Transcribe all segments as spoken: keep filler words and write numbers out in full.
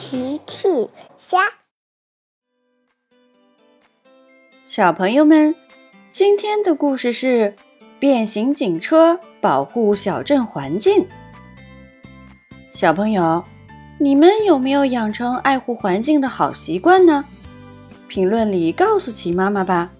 奇趣虾。 小朋友们，今天的故事是变形警车保护小镇环境。小朋友，你们有没有养成爱护环境的好习惯呢？评论里告诉奇妈妈吧。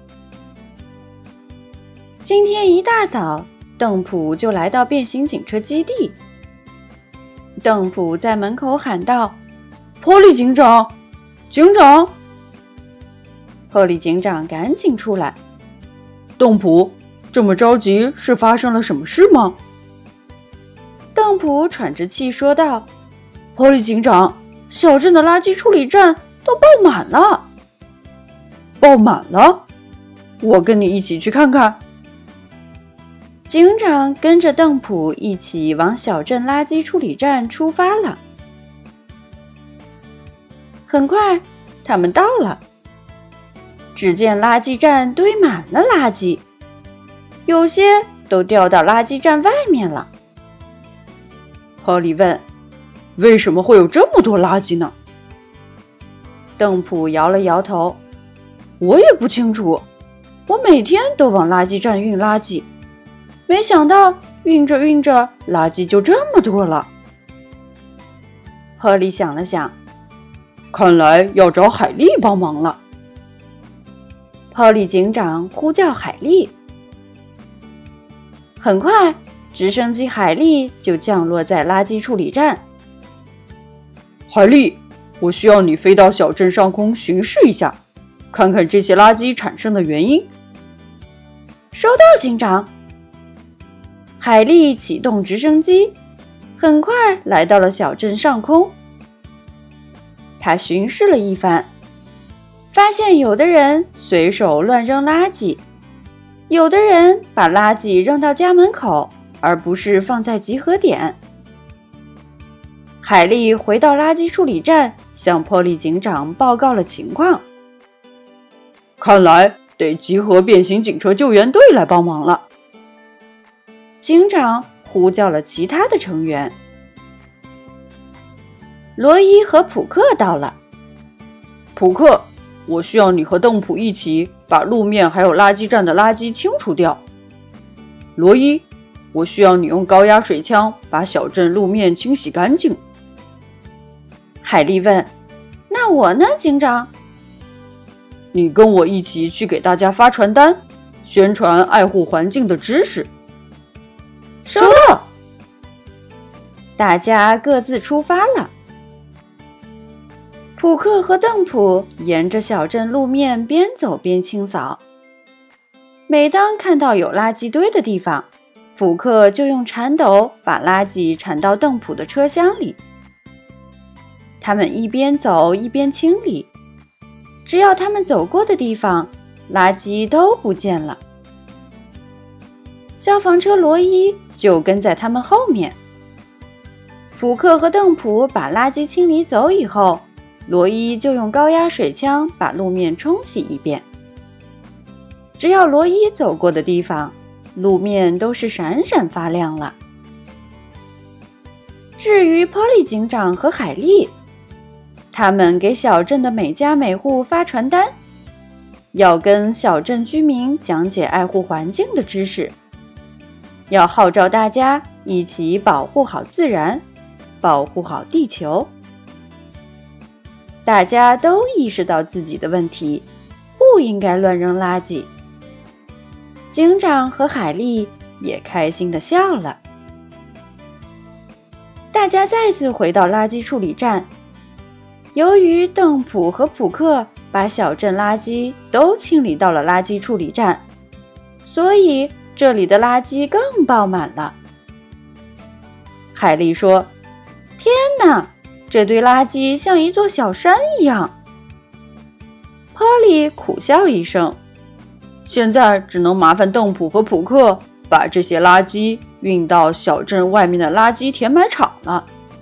今天一大早，邓普就来到变形警车基地。邓普在门口喊道：波利警长，警长！波利警长赶紧出来。邓普，这么着急，是发生了什么事吗？邓普喘着气说道：波利警长，小镇的垃圾处理站都爆满了。爆满了？我跟你一起去看看。警长跟着邓普一起往小镇垃圾处理站出发了。很快，他们到了。只见垃圾站堆满了垃圾，有些都掉到垃圾站外面了。波利问：为什么会有这么多垃圾呢？邓普摇了摇头：我也不清楚，我每天都往垃圾站运垃圾，没想到运着运着，垃圾就这么多了。波利想了想，看来要找海莉帮忙了。波利警长呼叫海莉。很快，直升机海莉就降落在垃圾处理站。海莉，我需要你飞到小镇上空巡视一下，看看这些垃圾产生的原因。收到，警长。海莉启动直升机，很快来到了小镇上空。他巡视了一番，发现有的人随手乱扔垃圾，有的人把垃圾扔到家门口，而不是放在集合点。海莉回到垃圾处理站，向波利警长报告了情况。看来得集合变形警车救援队来帮忙了。警长呼叫了其他的成员。罗伊和普克到了。普克，我需要你和邓普一起把路面还有垃圾站的垃圾清除掉。罗伊，我需要你用高压水枪把小镇路面清洗干净。海莉问：那我呢，警长？你跟我一起去给大家发传单，宣传爱护环境的知识。收到。大家各自出发了。普克和邓普沿着小镇路面边走边清扫。每当看到有垃圾堆的地方，普克就用铲斗把垃圾铲到邓普的车厢里。他们一边走一边清理，只要他们走过的地方，垃圾都不见了。消防车罗伊就跟在他们后面。普克和邓普把垃圾清理走以后，罗伊就用高压水枪把路面冲洗一遍。只要罗伊走过的地方，路面都是闪闪发亮了。至于波利警长和海莉，他们给小镇的每家每户发传单，要跟小镇居民讲解爱护环境的知识，要号召大家一起保护好自然，保护好地球。大家都意识到自己的问题，不应该乱扔垃圾。警长和海莉也开心地笑了。大家再次回到垃圾处理站。由于邓普和普克把小镇垃圾都清理到了垃圾处理站，所以这里的垃圾更爆满了。海莉说：天哪，这堆垃圾像一座小山一样。波利苦笑一声：现在只能麻烦邓普和普克把这些垃圾运到小镇外面的垃圾填埋场了。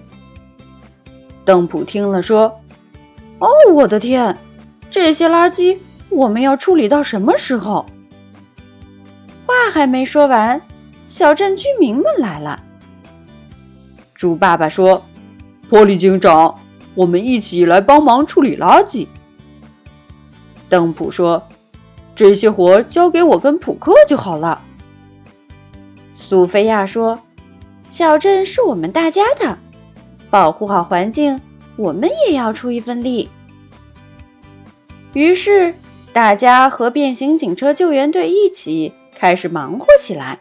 邓普听了说：哦，我的天，这些垃圾我们要处理到什么时候？话还没说完，小镇居民们来了。猪爸爸说：波利警长， 我们一起来帮忙处理垃圾。邓普说，这些活交给我跟普克就好了。苏菲亚说，小镇是我们大家的，保护好环境，我们也要出一份力。于是大家和变形警车救援队一起开始忙活起来，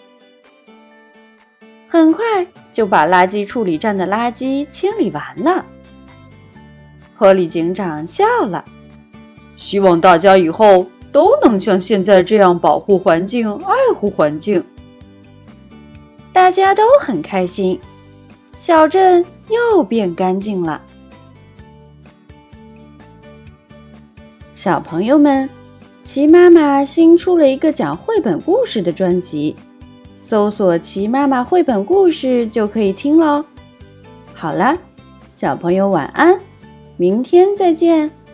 很快就把垃圾处理站的垃圾清理完了。波利警长笑了，希望大家以后都能像现在这样保护环境，爱护环境。大家都很开心，小镇又变干净了。小朋友们，奇妈妈新出了一个讲绘本故事的专辑，搜索奇妈妈绘本故事就可以听咯。好了，小朋友晚安，明天再见。